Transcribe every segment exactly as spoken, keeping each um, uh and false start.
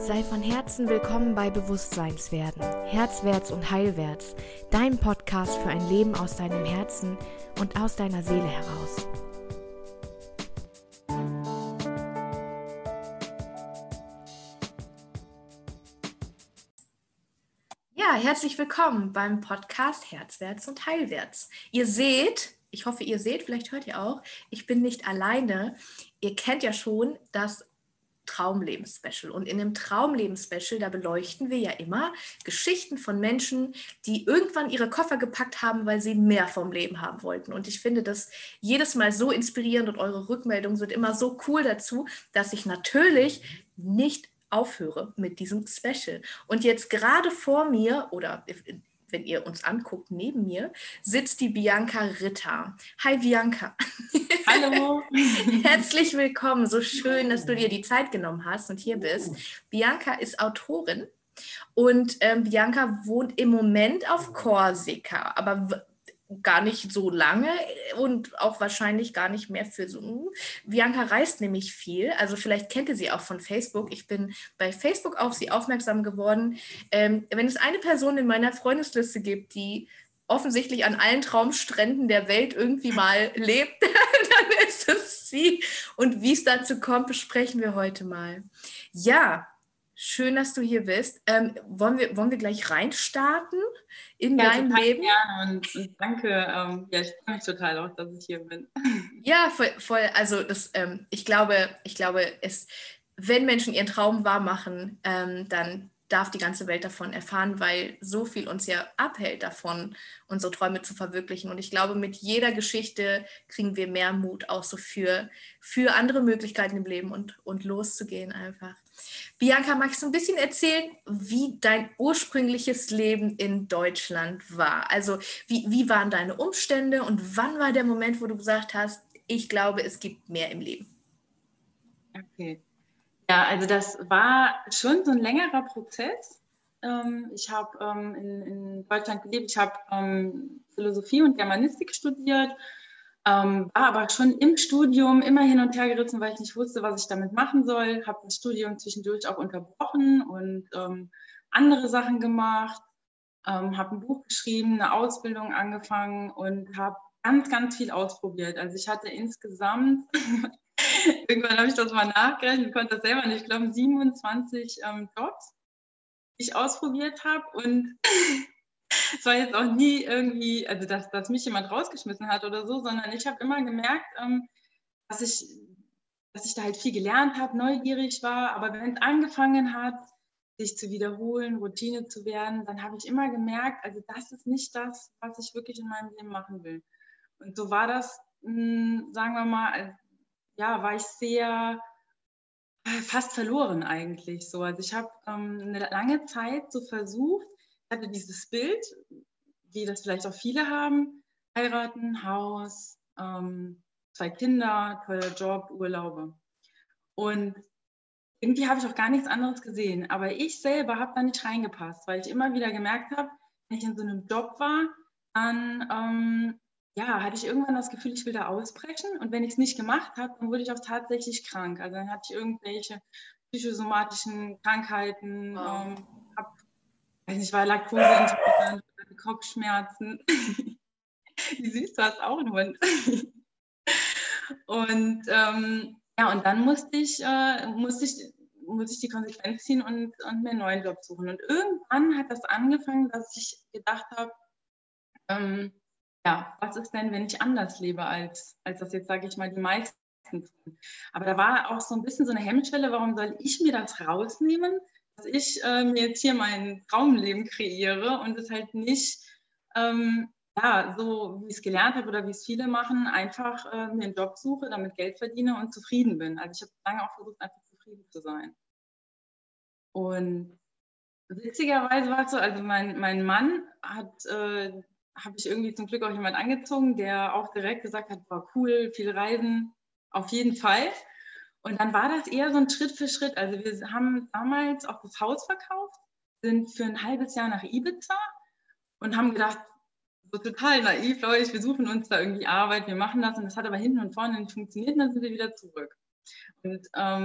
Sei von Herzen willkommen bei Bewusstseinswerden, Herzwärts und Heilwärts, dein Podcast für ein Leben aus deinem Herzen und aus deiner Seele heraus. Ja, herzlich willkommen beim Podcast Herzwärts und Heilwärts. Ihr seht, ich hoffe, ihr seht, vielleicht hört ihr auch, ich bin nicht alleine. Ihr kennt ja schon das Traumleben-Special. Und in dem Traumleben-Special, da beleuchten wir ja immer Geschichten von Menschen, die irgendwann ihre Koffer gepackt haben, weil sie mehr vom Leben haben wollten. Und ich finde das jedes Mal so inspirierend und eure Rückmeldungen sind immer so cool dazu, dass ich natürlich nicht aufhöre mit diesem Special. Und jetzt gerade vor mir, oder wenn ihr uns anguckt, neben mir, sitzt die Bianca Ritter. Hi Bianca. Hallo. Herzlich willkommen. So schön, dass du dir die Zeit genommen hast und hier bist. Bianca ist Autorin und ähm, Bianca wohnt im Moment auf Korsika, aber w- gar nicht so lange und auch wahrscheinlich gar nicht mehr für so. Bianca reist nämlich viel, also vielleicht kennt ihr sie auch von Facebook. Ich bin bei Facebook auf sie aufmerksam geworden. Ähm, wenn es eine Person in meiner Freundesliste gibt, die offensichtlich an allen Traumstränden der Welt irgendwie mal lebt, dann ist es sie. Und wie es dazu kommt, besprechen wir heute mal. Ja, schön, dass du hier bist. Ähm, wollen wir, wollen wir gleich reinstarten in Ja, dein total Leben? gerne und, und danke. Ähm, ja, ich freue mich total auch, dass ich hier bin. Ja, voll, voll also das, ähm, ich glaube, ich glaube, es, wenn Menschen ihren Traum wahr machen, ähm, dann darf die ganze Welt davon erfahren, weil so viel uns ja abhält davon, unsere Träume zu verwirklichen. Und ich glaube, mit jeder Geschichte kriegen wir mehr Mut auch so für, für andere Möglichkeiten im Leben und, und loszugehen einfach. Bianca, magst du ein bisschen erzählen, wie dein ursprüngliches Leben in Deutschland war? Also wie, wie waren deine Umstände und wann war der Moment, wo du gesagt hast, ich glaube, es gibt mehr im Leben? Okay. Ja, also das war schon so ein längerer Prozess. Ähm, ich habe ähm, in, in Deutschland gelebt, ich habe ähm, Philosophie und Germanistik studiert, ähm, war aber schon im Studium immer hin und her gerissen, weil ich nicht wusste, was ich damit machen soll. Habe das Studium zwischendurch auch unterbrochen und ähm, andere Sachen gemacht. Ähm, habe ein Buch geschrieben, eine Ausbildung angefangen und habe ganz, ganz viel ausprobiert. Also ich hatte insgesamt, irgendwann habe ich das mal nachgerechnet, konnte das selber nicht, ich glaube siebenundzwanzig ähm, Jobs, die ich ausprobiert habe. Und es war jetzt auch nie irgendwie, also dass, dass mich jemand rausgeschmissen hat oder so, sondern ich habe immer gemerkt, ähm, dass ich dass ich da halt viel gelernt habe, neugierig war, aber wenn es angefangen hat, sich zu wiederholen, Routine zu werden, dann habe ich immer gemerkt, also das ist nicht das, was ich wirklich in meinem Leben machen will. Und so war das, mh, sagen wir mal, ja, war ich sehr äh, fast verloren eigentlich so. Also ich habe ähm, eine lange Zeit so versucht, ich hatte dieses Bild, wie das vielleicht auch viele haben, heiraten, Haus, ähm, zwei Kinder, toller Job, Urlaube. Und irgendwie habe ich auch gar nichts anderes gesehen. Aber ich selber habe da nicht reingepasst, weil ich immer wieder gemerkt habe, wenn ich in so einem Job war, dann ähm, ja, hatte ich irgendwann das Gefühl, ich will da ausbrechen. Und wenn ich es nicht gemacht habe, dann wurde ich auch tatsächlich krank. Also dann hatte ich irgendwelche psychosomatischen Krankheiten, Wow. ähm, hab, weiß nicht, war Laktoseintolerant, Kopfschmerzen. Wie süß, du hast auch einen Hund. Und ähm, ja, und dann musste ich, äh, musste ich, musste ich die Konsequenz ziehen und, und mir einen neuen Job suchen. Und irgendwann hat das angefangen, dass ich gedacht habe, ähm, ja, was ist denn, wenn ich anders lebe, als, als das jetzt, sage ich mal, die meisten tun. Aber da war auch so ein bisschen so eine Hemmschwelle, warum soll ich mir das rausnehmen, dass ich äh, mir jetzt hier mein Traumleben kreiere und es halt nicht ähm, ja, so wie ich es gelernt habe oder wie es viele machen, einfach äh, mir einen Job suche, damit Geld verdiene und zufrieden bin. Also ich habe lange auch versucht, einfach zufrieden zu sein. Und witzigerweise war es so, also mein, mein Mann hat, äh, habe ich irgendwie zum Glück auch jemand angezogen, der auch direkt gesagt hat, war cool, viel Reisen, auf jeden Fall. Und dann war das eher so ein Schritt für Schritt. Also wir haben damals auch das Haus verkauft, sind für ein halbes Jahr nach Ibiza und haben gedacht, so total naiv, Leute, wir suchen uns da irgendwie Arbeit, wir machen das und das hat aber hinten und vorne nicht funktioniert und dann sind wir wieder zurück. Und ähm,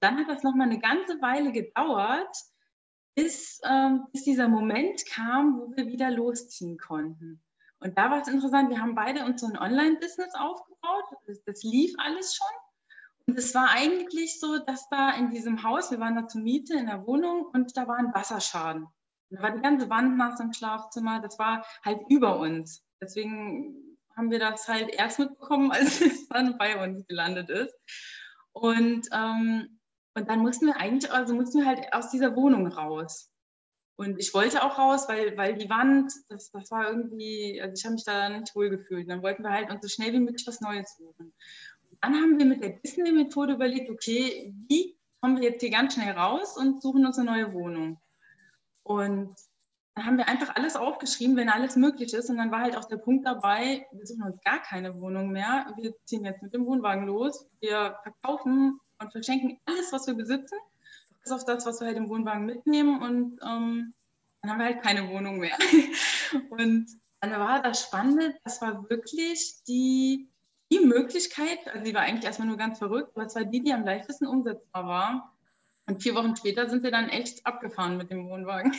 dann hat das nochmal eine ganze Weile gedauert, bis, ähm, bis dieser Moment kam, wo wir wieder losziehen konnten. Und da war es interessant, wir haben beide uns so ein Online-Business aufgebaut, das, das lief alles schon. Und es war eigentlich so, dass da in diesem Haus, wir waren da zur Miete in der Wohnung und da war ein Wasserschaden. Da war die ganze Wand nass im Schlafzimmer, das war halt über uns. Deswegen haben wir das halt erst mitbekommen, als es dann bei uns gelandet ist. Und, ähm, und dann mussten wir eigentlich, also mussten wir halt aus dieser Wohnung raus. Und ich wollte auch raus, weil, weil die Wand, das, das war irgendwie, also ich habe mich da nicht wohl gefühlt. Dann wollten wir halt uns so schnell wie möglich was Neues suchen. Und dann haben wir mit der Disney-Methode überlegt, okay, wie kommen wir jetzt hier ganz schnell raus und suchen uns eine neue Wohnung. Und dann haben wir einfach alles aufgeschrieben, wenn alles möglich ist. Und dann war halt auch der Punkt dabei, wir suchen uns gar keine Wohnung mehr. Wir ziehen jetzt mit dem Wohnwagen los. Wir verkaufen und verschenken alles, was wir besitzen, bis auf das, was wir halt im Wohnwagen mitnehmen. Und ähm, dann haben wir halt keine Wohnung mehr. Und dann war das Spannende, das war wirklich die, die Möglichkeit, also die war eigentlich erstmal nur ganz verrückt, aber es war die, die am leichtesten umsetzbar war. Und vier Wochen später sind wir dann echt abgefahren mit dem Wohnwagen.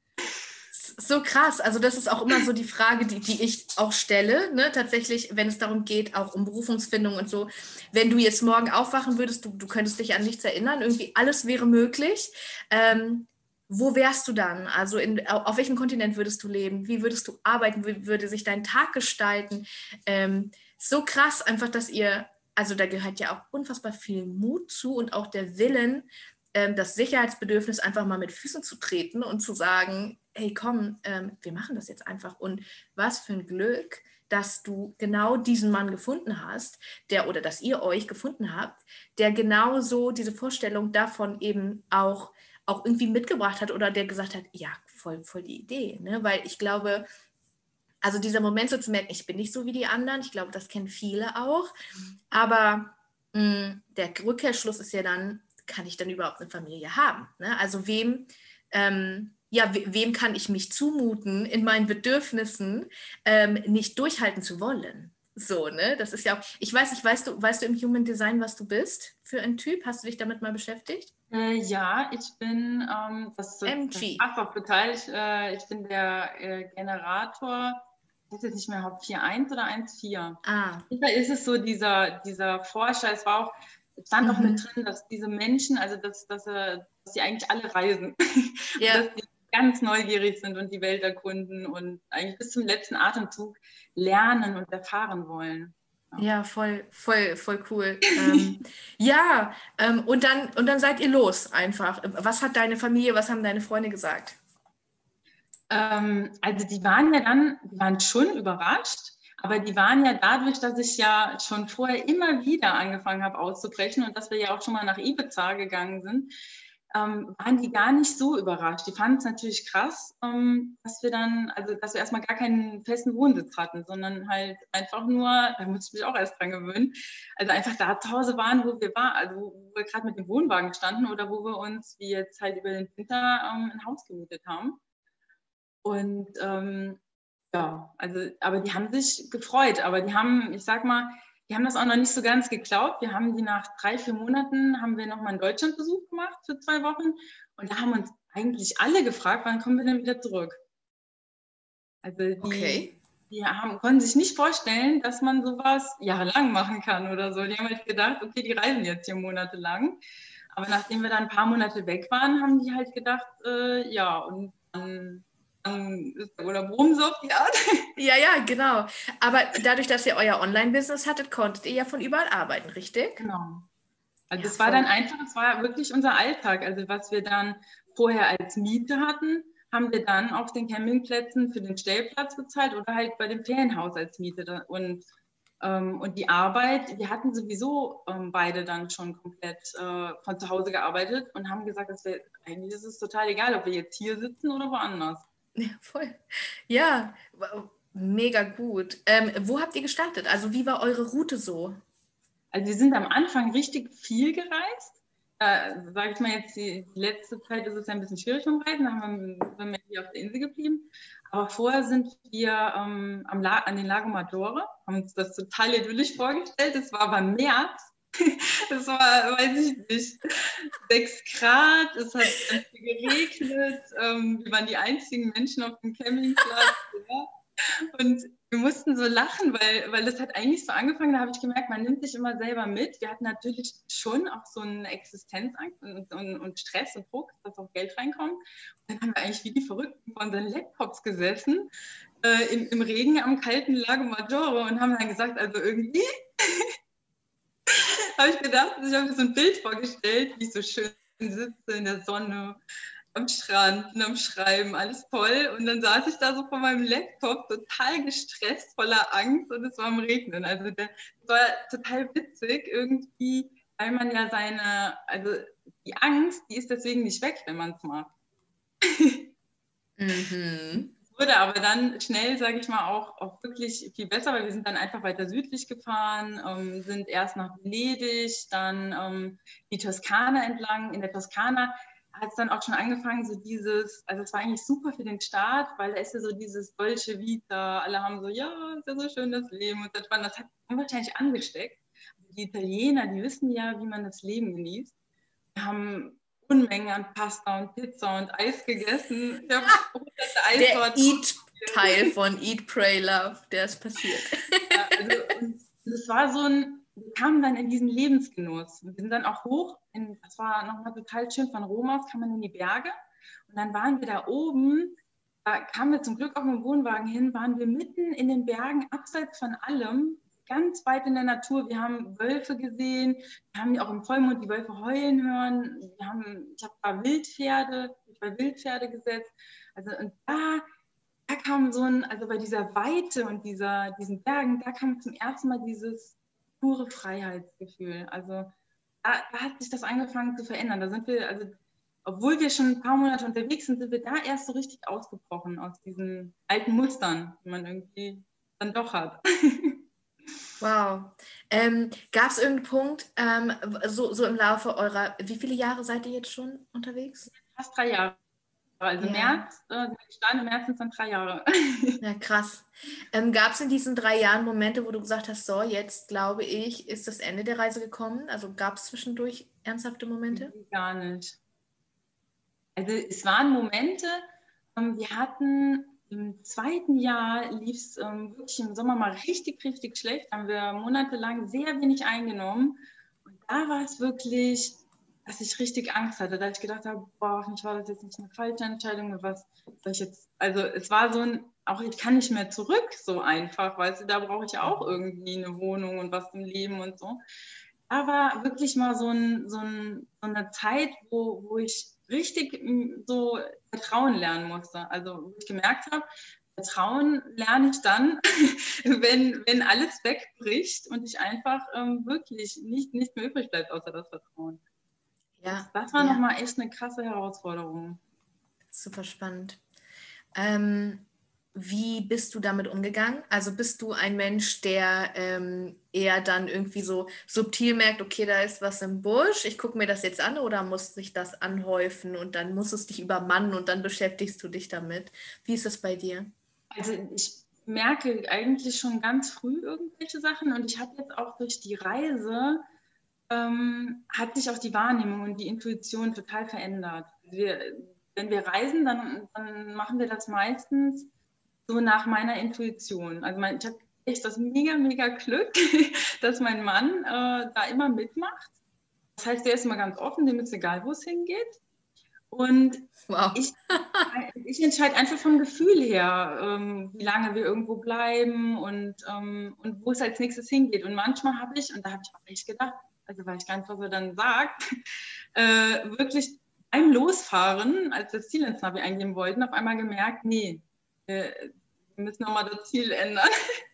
So krass, also das ist auch immer so die Frage, die, die ich auch stelle, ne? Tatsächlich, wenn es darum geht, auch um Berufungsfindung und so, wenn du jetzt morgen aufwachen würdest, du, du könntest dich an nichts erinnern, irgendwie alles wäre möglich, ähm, wo wärst du dann? Also in, auf welchem Kontinent würdest du leben? Wie würdest du arbeiten? Wie würde sich dein Tag gestalten? Ähm, so krass einfach, dass ihr, also da gehört ja auch unfassbar viel Mut zu und auch der Willen, das Sicherheitsbedürfnis einfach mal mit Füßen zu treten und zu sagen, hey komm, ähm, wir machen das jetzt einfach. Und was für ein Glück, dass du genau diesen Mann gefunden hast, der oder dass ihr euch gefunden habt, der genauso diese Vorstellung davon eben auch, auch irgendwie mitgebracht hat oder der gesagt hat, ja, voll, voll die Idee. Ne? Weil ich glaube, also dieser Moment so zu merken, ich bin nicht so wie die anderen, ich glaube, das kennen viele auch, aber mh, der Rückkehrschluss ist ja dann, kann ich dann überhaupt eine Familie haben? Ne? Also wem, ähm, ja, we wem kann ich mich zumuten, in meinen Bedürfnissen ähm, nicht durchhalten zu wollen? So, ne? Das ist ja auch, ich weiß nicht, weißt du, weißt du im Human Design, was du bist für ein Typ? Hast du dich damit mal beschäftigt? Äh, ja, ich bin, ähm, das, das, M das G. passt auch total, ich, äh, ich bin der äh, Generator, ich weiß jetzt nicht mehr, ob vier eins oder eins vier. Ah. Ist es so dieser, dieser Forscher, es war auch, es stand auch Mhm. mit drin, dass diese Menschen, also dass, dass, äh, dass sie eigentlich alle reisen, Ja. dass die ganz neugierig sind und die Welt erkunden und eigentlich bis zum letzten Atemzug lernen und erfahren wollen. Ja, voll, voll, voll cool. ähm, ja, ähm, und dann, und dann seid ihr los einfach. Was hat deine Familie, was haben deine Freunde gesagt? Ähm, also die waren ja dann, die waren schon überrascht, aber die waren ja dadurch, dass ich ja schon vorher immer wieder angefangen habe auszubrechen und dass wir ja auch schon mal nach Ibiza gegangen sind, ähm, waren die gar nicht so überrascht. Die fanden es natürlich krass, ähm, dass wir dann, also dass wir erstmal gar keinen festen Wohnsitz hatten, sondern halt einfach nur, da muss ich mich auch erst dran gewöhnen, also einfach da zu Hause waren, wo wir waren, also wo wir gerade mit dem Wohnwagen standen oder wo wir uns, wie jetzt halt über den Winter, ähm, ein Haus gemietet haben. Und ähm, ja, also, aber die haben sich gefreut, aber die haben, ich sag mal, die haben das auch noch nicht so ganz geglaubt. Wir haben die nach drei, vier Monaten, haben wir nochmal einen Deutschlandbesuch gemacht für zwei Wochen und da haben uns eigentlich alle gefragt, wann kommen wir denn wieder zurück? Also die, Okay. die haben, konnten sich nicht vorstellen, dass man sowas jahrelang machen kann oder so. Die haben halt gedacht, okay, die reisen jetzt hier monatelang. Aber nachdem wir dann ein paar Monate weg waren, haben die halt gedacht, äh, ja, und dann oder Boom so auf die Art. Ja, ja, genau. Aber dadurch, dass ihr euer Online-Business hattet, konntet ihr ja von überall arbeiten, richtig? Genau. Also Ja, es war voll. dann einfach, es war wirklich unser Alltag. Also was wir dann vorher als Miete hatten, haben wir dann auf den Campingplätzen für den Stellplatz bezahlt oder halt bei dem Ferienhaus als Miete. Und, ähm, und die Arbeit, wir hatten sowieso ähm, beide dann schon komplett äh, von zu Hause gearbeitet und haben gesagt, dass wir, eigentlich ist es total egal, ob wir jetzt hier sitzen oder woanders. Ja, voll. Ja, mega gut. Ähm, wo habt ihr gestartet? Also wie war eure Route so? Also wir sind am Anfang richtig viel gereist. Äh, sage ich mal jetzt, die, die letzte Zeit ist es ja ein bisschen schwierig vom Reisen, da haben wir, sind wir hier auf der Insel geblieben. Aber vorher sind wir ähm, am La an den Lago Maggiore, haben uns das total idyllisch vorgestellt. Es war aber März Das war, weiß ich nicht, sechs Grad, es hat ganz viel geregnet, ähm, wir waren die einzigen Menschen auf dem Campingplatz. Ja. Und wir mussten so lachen, weil, weil das hat eigentlich so angefangen, da habe ich gemerkt, man nimmt sich immer selber mit. Wir hatten natürlich schon auch so eine Existenzangst und, und, und Stress und Druck, dass auch Geld reinkommt. Und dann haben wir eigentlich wie die Verrückten vor unseren Laptops gesessen, äh, im, im Regen am kalten Lago Maggiore und haben dann gesagt, also irgendwie habe ich gedacht, ich habe mir so ein Bild vorgestellt, wie ich so schön sitze in der Sonne, am Strand und am Schreiben, alles toll. Und dann saß ich da so vor meinem Laptop, total gestresst, voller Angst und es war am Regnen. Also das war total witzig irgendwie, weil man ja seine, also die Angst, die ist deswegen nicht weg, wenn man es macht. Mhm. Wurde aber dann schnell, sage ich mal, auch, auch wirklich viel besser, weil wir sind dann einfach weiter südlich gefahren, ähm, sind erst nach Venedig, dann ähm, die Toskana entlang. In der Toskana hat es dann auch schon angefangen, so dieses, also es war eigentlich super für den Start, weil da ist ja so dieses Dolce Vita, alle haben so, ja, ist ja so schön das Leben und das, das hat wahrscheinlich angesteckt. Die Italiener, die wissen ja, wie man das Leben genießt. Wir haben Unmengen an Pasta und Pizza und Eis gegessen. Ich habe hunderte Der Eissorten. Eat-Teil von Eat, Pray, Love, der ist passiert. Ja, also, und das war so ein, wir kamen dann in diesen Lebensgenuss. Wir sind dann auch hoch, in, das war nochmal total schön, von Rom aus kam man in die Berge und dann waren wir da oben, da kamen wir zum Glück auch mit dem Wohnwagen hin, waren wir mitten in den Bergen, abseits von allem, ganz weit in der Natur. Wir haben Wölfe gesehen, wir haben auch im Vollmond die Wölfe heulen hören, wir haben, ich habe ein paar Wildpferde, ich bei Wildpferde gesetzt, also und da da kam so ein, also bei dieser Weite und dieser, diesen Bergen, da kam zum ersten Mal dieses pure Freiheitsgefühl. Also da, da hat sich das angefangen zu verändern. Da sind wir, also obwohl wir schon ein paar Monate unterwegs sind, sind wir da erst so richtig ausgebrochen aus diesen alten Mustern, die man irgendwie dann doch hat. Wow. Ähm, Gab es irgendeinen Punkt, ähm, so, so im Laufe eurer, wie viele Jahre seid ihr jetzt schon unterwegs? Fast drei Jahre. Also Ja, März, äh, Stand im März sind es dann drei Jahre. ja, krass. Ähm, Gab es in diesen drei Jahren Momente, wo du gesagt hast, so, jetzt glaube ich, ist das Ende der Reise gekommen? Also gab es zwischendurch ernsthafte Momente? Gar nicht. Also es waren Momente, ähm, wir hatten im zweiten Jahr lief es ähm, wirklich im Sommer mal richtig, richtig schlecht. Da haben wir monatelang sehr wenig eingenommen. Und da war es wirklich, dass ich richtig Angst hatte, dass ich gedacht habe, boah, hoffentlich war das jetzt nicht eine falsche Entscheidung. Was soll ich jetzt? Also es war so ein, auch ich kann nicht mehr zurück so einfach, weißt du, da brauche ich ja auch irgendwie eine Wohnung und was im Leben und so. Da war wirklich mal so, ein, so, ein, so eine Zeit, wo, wo ich richtig so Vertrauen lernen musste. Also wo ich gemerkt habe, Vertrauen lerne ich dann, wenn, wenn alles wegbricht und ich einfach ähm, wirklich nicht, nicht mehr übrig bleibt, außer das Vertrauen. Ja, Das, das war ja, nochmal echt eine krasse Herausforderung. super spannend. Ähm, wie bist du damit umgegangen? Also bist du ein Mensch, der ähm, eher dann irgendwie so subtil merkt, okay, da ist was im Busch, ich gucke mir das jetzt an, oder muss sich das anhäufen und dann muss es dich übermannen und dann beschäftigst du dich damit? Wie ist das bei dir? Also ich merke eigentlich schon ganz früh irgendwelche Sachen und ich habe jetzt auch durch die Reise ähm, hat sich auch die Wahrnehmung und die Intuition total verändert. Wir, wenn wir reisen, dann, dann machen wir das meistens so nach meiner Intuition. Also mein, ich habe echt das mega, mega Glück, dass mein Mann äh, da immer mitmacht. Das heißt, der ist immer ganz offen, dem ist egal, wo es hingeht. Und Wow. ich, ich entscheide einfach vom Gefühl her, ähm, wie lange wir irgendwo bleiben und, ähm, und wo es als nächstes hingeht. Und manchmal habe ich, und da habe ich auch echt gedacht, also weil ich gar nicht, was er dann sagt, äh, wirklich beim Losfahren, als wir das Ziel ins Navi eingeben wollten, auf einmal gemerkt, nee, äh, wir müssen nochmal das Ziel ändern.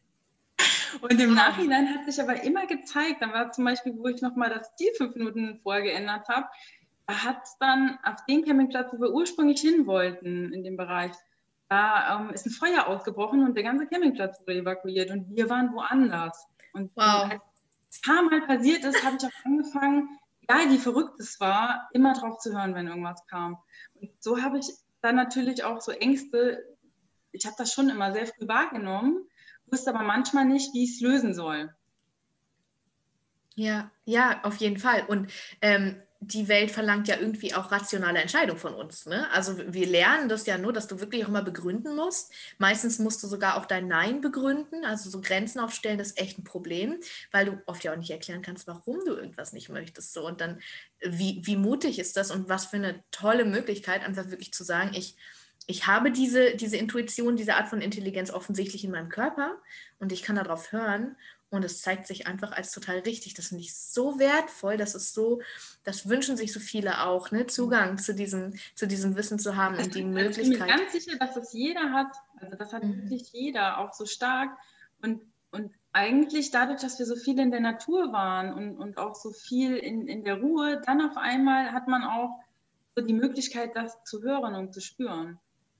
Und im Nachhinein hat sich aber immer gezeigt, da war zum Beispiel, wo ich nochmal das Ziel fünf Minuten vorher geändert habe, da hat es dann auf den Campingplatz, wo wir ursprünglich hin wollten, in dem Bereich, da ähm, ist ein Feuer ausgebrochen und der ganze Campingplatz wurde evakuiert und wir waren woanders. Und Wow. als es ein paar Mal passiert ist, habe ich auch angefangen, egal wie verrückt es war, immer drauf zu hören, wenn irgendwas kam. Und so habe ich dann natürlich auch so Ängste, ich habe das schon immer sehr früh wahrgenommen, wusste aber manchmal nicht, wie ich es lösen soll. Ja, ja, auf jeden Fall. Und ähm, die Welt verlangt ja irgendwie auch rationale Entscheidungen von uns. Ne? Also wir lernen das ja nur, dass du wirklich auch immer begründen musst. Meistens musst du sogar auch dein Nein begründen. Also so Grenzen aufstellen, das ist echt ein Problem, weil du oft ja auch nicht erklären kannst, warum du irgendwas nicht möchtest. So. Und dann, wie, wie mutig ist das und was für eine tolle Möglichkeit, einfach wirklich zu sagen, ich, ich habe diese, diese Intuition, diese Art von Intelligenz offensichtlich in meinem Körper und ich kann darauf hören. Und es zeigt sich einfach als total richtig. Das finde ich so wertvoll. Das ist so, das wünschen sich so viele auch, ne? Zugang zu diesem, zu diesem Wissen zu haben und die Also ich bin mir Möglichkeit. ganz sicher, dass das jeder hat. Also das hat Mhm. wirklich jeder, auch so stark. Und, und eigentlich dadurch, dass wir so viel in der Natur waren und, und auch so viel in, in der Ruhe, dann auf einmal hat man auch so die Möglichkeit, das zu hören und zu spüren.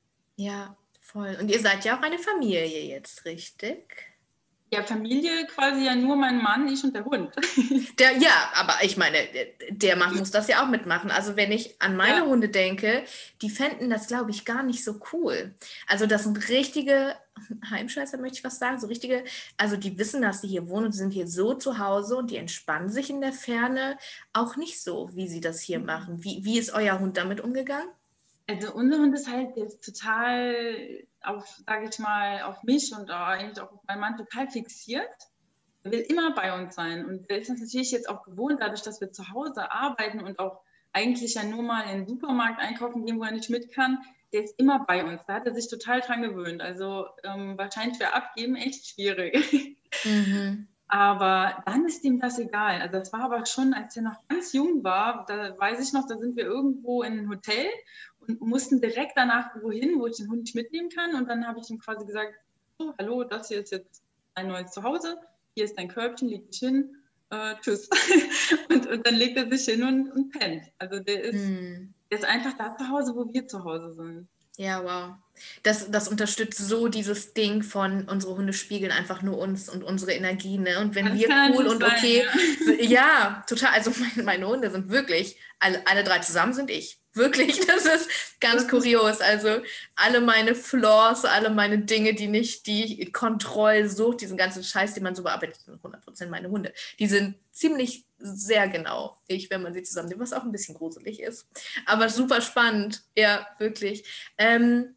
Ja, voll. Und ihr seid ja auch eine Familie jetzt, richtig? Ja, Familie quasi ja nur mein Mann, ich und der Hund. Der, ja, aber ich meine, der Mann muss das ja auch mitmachen. Also wenn ich an meine Ja. Hunde denke, die fänden das, glaube ich, gar nicht so cool. Also das sind richtige Heimscheißer, möchte ich was sagen, so richtige, also die wissen, dass sie hier wohnen und sind hier so zu Hause und die entspannen sich in der Ferne auch nicht so, wie sie das hier machen. Wie, wie ist euer Hund damit umgegangen? Also unser Hund ist halt, der ist total auf, sage ich mal, auf mich und eigentlich auch auf meinen Mann total fixiert. Er will immer bei uns sein. Und der ist uns natürlich jetzt auch gewohnt, dadurch, dass wir zu Hause arbeiten und auch eigentlich ja nur mal in den Supermarkt einkaufen gehen, wo er nicht mit kann. Der ist immer bei uns. Da hat er sich total dran gewöhnt. Also ähm, wahrscheinlich für Abgeben echt schwierig. Mhm. Aber dann ist ihm das egal. Also das war aber schon, als er noch ganz jung war, da weiß ich noch, da sind wir irgendwo in ein Hotel und mussten direkt danach wohin, wo ich den Hund nicht mitnehmen kann. Und dann habe ich ihm quasi gesagt, so, hallo, das hier ist jetzt ein neues Zuhause. Hier ist dein Körbchen, leg dich hin, äh, tschüss. und, und dann legt er sich hin und, und pennt. Also der ist, Mhm. der ist einfach da zu Hause, wo wir zu Hause sind. Ja, wow. Das, das unterstützt so dieses Ding von, unsere Hunde spiegeln einfach nur uns und unsere Energie, ne? Und wenn Das wir kann cool natürlich und sein, okay, ja. ja, total, also meine, meine Hunde sind wirklich, alle, alle drei zusammen sind ich. Wirklich, das ist ganz Das ist kurios. Also alle meine Flaws, alle meine Dinge, die nicht die Kontrollsucht, diesen ganzen Scheiß, den man so bearbeitet, sind hundert Prozent meine Hunde. Die sind ziemlich sehr genau ich, wenn man sie zusammennimmt, was auch ein bisschen gruselig ist. Aber super spannend, ja, wirklich. Ähm,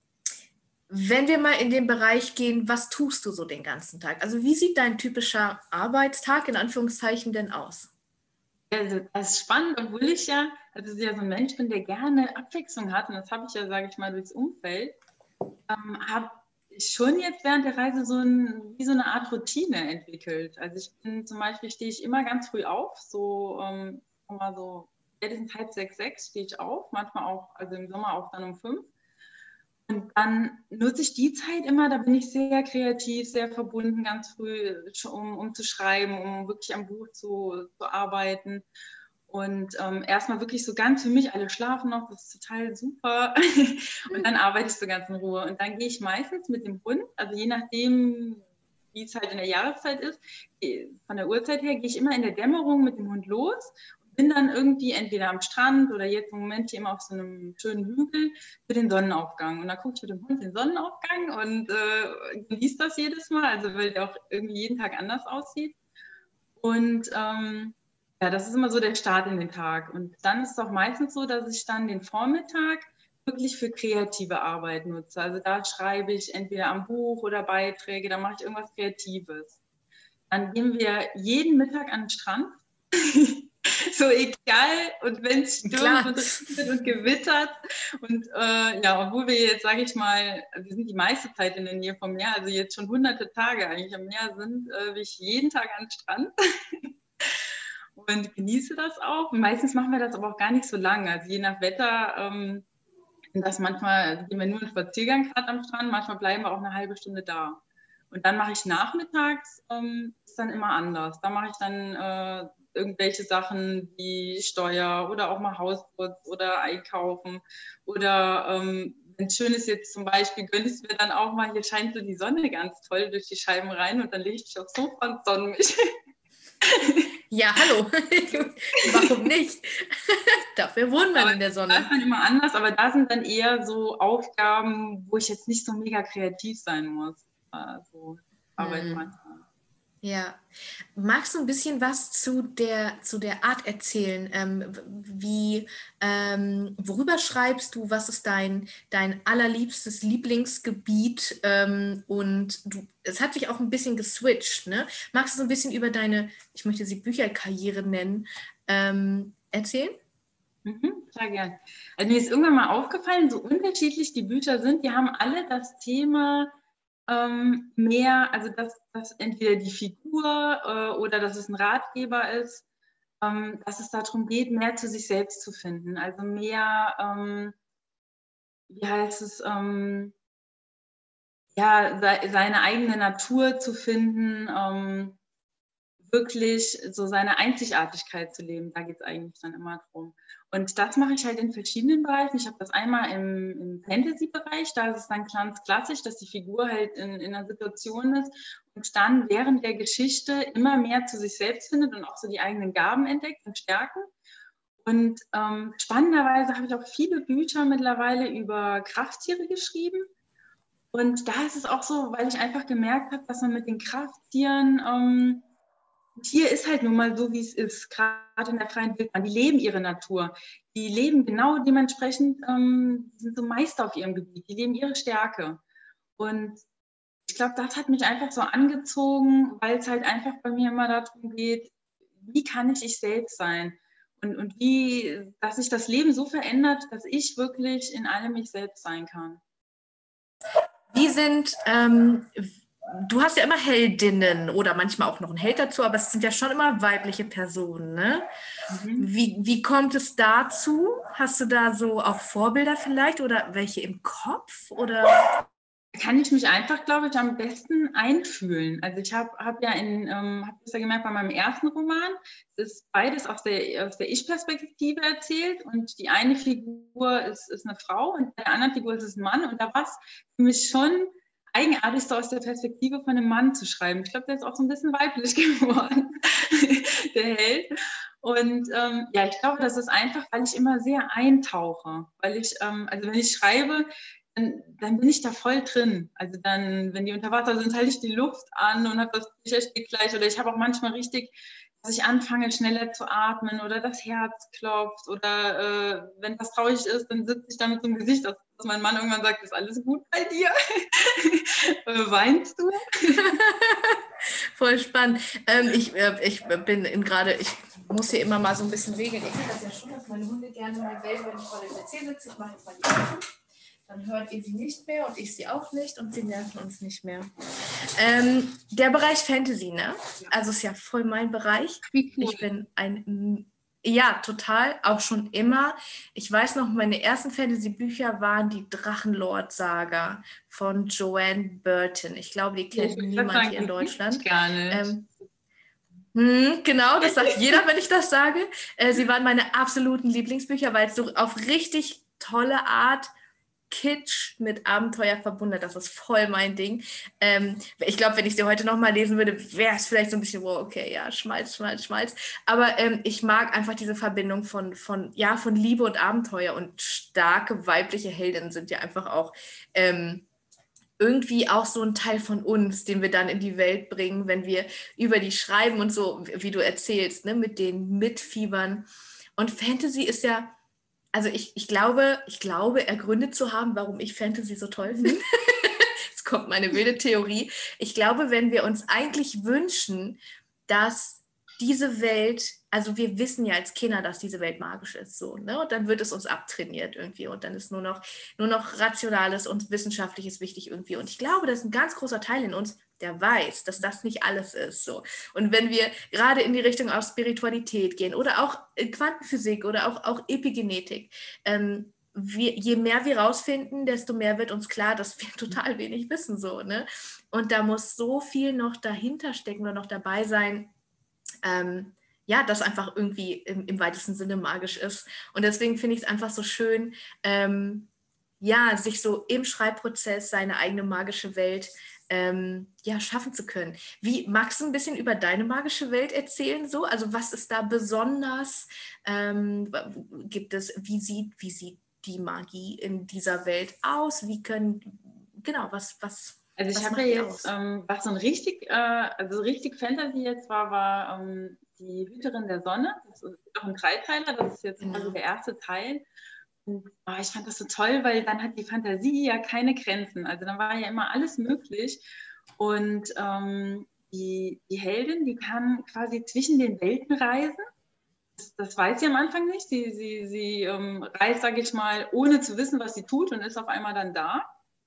wenn wir mal in den Bereich gehen, was tust du so den ganzen Tag? Also wie sieht dein typischer Arbeitstag in Anführungszeichen denn aus? Also, das ist spannend, obwohl ich ja, also ja so ein Mensch bin, der gerne Abwechslung hat, und das habe ich ja, sage ich mal, durchs Umfeld, ähm, habe ich schon jetzt während der Reise so ein, wie so eine Art Routine entwickelt. Also ich bin zum Beispiel, stehe ich immer ganz früh auf, so, ähm, mal so spätestens halb sechs, sechs stehe ich auf, manchmal auch, also im Sommer auch dann um fünf. Und dann nutze ich die Zeit immer, da bin ich sehr kreativ, sehr verbunden, ganz früh, um, um zu schreiben, um wirklich am Buch zu, zu arbeiten. Und ähm, erstmal wirklich so ganz für mich, alle schlafen noch, das ist total super. Und dann arbeite ich so ganz in Ruhe. Und dann gehe ich meistens mit dem Hund, also je nachdem, wie es halt in der Jahreszeit ist, von der Uhrzeit her, gehe ich immer in der Dämmerung mit dem Hund los. Bin dann irgendwie entweder am Strand oder jetzt im Moment hier immer auf so einem schönen Hügel für den Sonnenaufgang. Und da gucke ich mit dem Hund den Sonnenaufgang und äh, genieße das jedes Mal, also weil der auch irgendwie jeden Tag anders aussieht. Und ähm, ja, das ist immer so der Start in den Tag. Und dann ist es auch meistens so, dass ich dann den Vormittag wirklich für kreative Arbeit nutze. Also da schreibe ich entweder am Buch oder Beiträge, da mache ich irgendwas Kreatives. Dann gehen wir jeden Mittag an den Strand. So egal, und wenn es stürmt und regnet und gewittert und äh, ja, obwohl wir jetzt, sage ich mal, wir sind die meiste Zeit in der Nähe vom Meer, also jetzt schon hunderte Tage eigentlich am Meer sind, äh, bin ich jeden Tag an den Strand und genieße das auch. Und meistens machen wir das aber auch gar nicht so lange, also je nach Wetter ähm, sind das manchmal, also gehen wir nur einen Spaziergang gerade am Strand, manchmal bleiben wir auch eine halbe Stunde da. Und dann mache ich nachmittags, ähm, ist dann immer anders. Da mache ich dann äh, irgendwelche Sachen wie Steuer oder auch mal Hausputz oder Einkaufen. Oder ähm, wenn es schön ist, jetzt zum Beispiel, gönne ich es mir dann auch mal, hier scheint so die Sonne ganz toll durch die Scheiben rein und dann lege ich mich aufs Sofa und sonne mich. Ja, hallo. Warum nicht? Dafür wohnt man aber in der Sonne. Da ist man immer anders, aber da sind dann eher so Aufgaben, wo ich jetzt nicht so mega kreativ sein muss. Also, arbeiten manchmal. Ja. Magst du ein bisschen was zu der, zu der Art erzählen? Ähm, wie, ähm, worüber schreibst du? Was ist dein, dein allerliebstes Lieblingsgebiet? Ähm, und du, es hat sich auch ein bisschen geswitcht, ne? Magst du so ein bisschen über deine, ich möchte sie Bücherkarriere nennen, ähm, erzählen? Mhm, sehr gern. Also mir ist irgendwann mal aufgefallen, so unterschiedlich die Bücher sind, die haben alle das Thema ähm, mehr, also dass, dass entweder die Figur äh, oder dass es ein Ratgeber ist, ähm, dass es darum geht, mehr zu sich selbst zu finden. Also mehr, ähm, wie heißt es, ähm, ja, se seine eigene Natur zu finden, ähm, wirklich so seine Einzigartigkeit zu leben. Da geht es eigentlich dann immer drum. Und das mache ich halt in verschiedenen Bereichen. Ich habe das einmal im, im Fantasy-Bereich, da ist es dann ganz klassisch, dass die Figur halt in, in einer Situation ist und dann während der Geschichte immer mehr zu sich selbst findet und auch so die eigenen Gaben entdeckt und Stärken. Und ähm, spannenderweise habe ich auch viele Bücher mittlerweile über Krafttiere geschrieben. Und da ist es auch so, weil ich einfach gemerkt habe, dass man mit den Krafttieren, ähm, ein Tier ist halt nun mal so, wie es ist, gerade in der freien Wildbahn. Die leben ihre Natur. Die leben genau dementsprechend, ähm, die sind so Meister auf ihrem Gebiet. Die leben ihre Stärke. Und ich glaube, das hat mich einfach so angezogen, weil es halt einfach bei mir immer darum geht, wie kann ich ich selbst sein? Und, und wie, dass sich das Leben so verändert, dass ich wirklich in allem ich selbst sein kann. Wie sind, ähm, du hast ja immer Heldinnen oder manchmal auch noch einen Held dazu, aber es sind ja schon immer weibliche Personen, ne? Mhm. Wie, wie kommt es dazu? Hast du da so auch Vorbilder vielleicht oder welche im Kopf? Oder? Kann ich mich einfach, glaube ich, am besten einfühlen. Also ich habe hab ja in, ähm, habe das ja gemerkt bei meinem ersten Roman, es ist beides aus der, aus der Ich-Perspektive erzählt und die eine Figur ist, ist eine Frau und bei der anderen Figur ist es ein Mann und da war es für mich schon eigenartig, so aus der Perspektive von einem Mann zu schreiben. Ich glaube, der ist auch so ein bisschen weiblich geworden, der Held. Und ähm, ja, ich glaube, das ist einfach, weil ich immer sehr eintauche, weil ich, ähm, also wenn ich schreibe, dann, dann bin ich da voll drin. Also dann, wenn die unter Wasser sind, halte ich die Luft an und habe das Bücherstück gleich. Oder ich habe auch manchmal richtig, dass ich anfange, schneller zu atmen oder das Herz klopft. Oder äh, wenn was traurig ist, dann sitze ich da mit so einem Gesicht, dass, dass mein Mann irgendwann sagt, ist alles gut bei dir? Weinst du? Voll spannend. Ähm, ich, äh, ich bin in gerade, ich muss hier immer mal so ein bisschen regeln. Ich habe das ja schon, dass meine Hunde gerne mal wählen, wenn ich vor dem P C sitze. Ich mache jetzt mal die Tür zu. Dann hört ihr sie nicht mehr und ich sie auch nicht und sie nerven uns nicht mehr. Ähm, der Bereich Fantasy, ne? Also ist ja voll mein Bereich. Wie cool. Ich bin ein, ja, total, auch schon immer. Ich weiß noch, meine ersten Fantasy-Bücher waren die Drachenlord-Saga von Joanne Burton. Ich glaube, die Ja, ich kennt würde gerade niemand sagen, hier in die gibt es Deutschland. gar nicht. Ähm, hm, genau, das sagt jeder, wenn ich das sage. Äh, sie waren meine absoluten Lieblingsbücher, weil es so auf richtig tolle Art Kitsch mit Abenteuer verbunden hat. Das ist voll mein Ding. Ähm, ich glaube, wenn ich sie heute nochmal lesen würde, wäre es vielleicht so ein bisschen, wow, okay, ja, Schmalz, Schmalz, Schmalz. Aber ähm, ich mag einfach diese Verbindung von, von, ja, von Liebe und Abenteuer und starke weibliche Heldinnen sind ja einfach auch ähm, irgendwie auch so ein Teil von uns, den wir dann in die Welt bringen, wenn wir über die schreiben und so, wie du erzählst, ne, mit den Mitfiebern. Und Fantasy ist ja, also ich, ich glaube, ich glaube, ergründet zu haben, warum ich Fantasy so toll finde. Jetzt kommt meine wilde Theorie. Ich glaube, wenn wir uns eigentlich wünschen, dass diese Welt, also wir wissen ja als Kinder, dass diese Welt magisch ist, so, ne? Und dann wird es uns abtrainiert irgendwie und dann ist nur noch, nur noch Rationales und Wissenschaftliches wichtig irgendwie. Und ich glaube, das ist ein ganz großer Teil in uns, der weiß, dass das nicht alles ist, so. Und wenn wir gerade in die Richtung auch Spiritualität gehen oder auch Quantenphysik oder auch, auch Epigenetik, ähm, wir, je mehr wir rausfinden, desto mehr wird uns klar, dass wir total wenig wissen, so, ne? Und da muss so viel noch dahinter stecken oder noch dabei sein, ähm, ja, das einfach irgendwie im, im weitesten Sinne magisch ist. Und deswegen finde ich es einfach so schön, ähm, ja, sich so im Schreibprozess seine eigene magische Welt ähm, ja, schaffen zu können. Wie, magst du ein bisschen über deine magische Welt erzählen? So? Also was ist da besonders? Ähm, gibt es, wie sieht, wie sieht die Magie in dieser Welt aus? Wie können, genau, was, was? Also ich Was habe macht ja die jetzt, aus? ähm, was so ein richtig, äh, also richtig Fantasy jetzt war, war ähm, die Hüterin der Sonne. Das ist auch ein Dreiteiler, das ist jetzt quasi Genau. der erste Teil. Und oh, ich fand das so toll, weil dann hat die Fantasie ja keine Grenzen. Also dann war ja immer alles möglich. Und ähm, die, die Heldin, die kann quasi zwischen den Welten reisen. Das, das weiß sie am Anfang nicht. Sie, sie, sie ähm, reist, sage ich mal, ohne zu wissen, was sie tut und ist auf einmal dann da.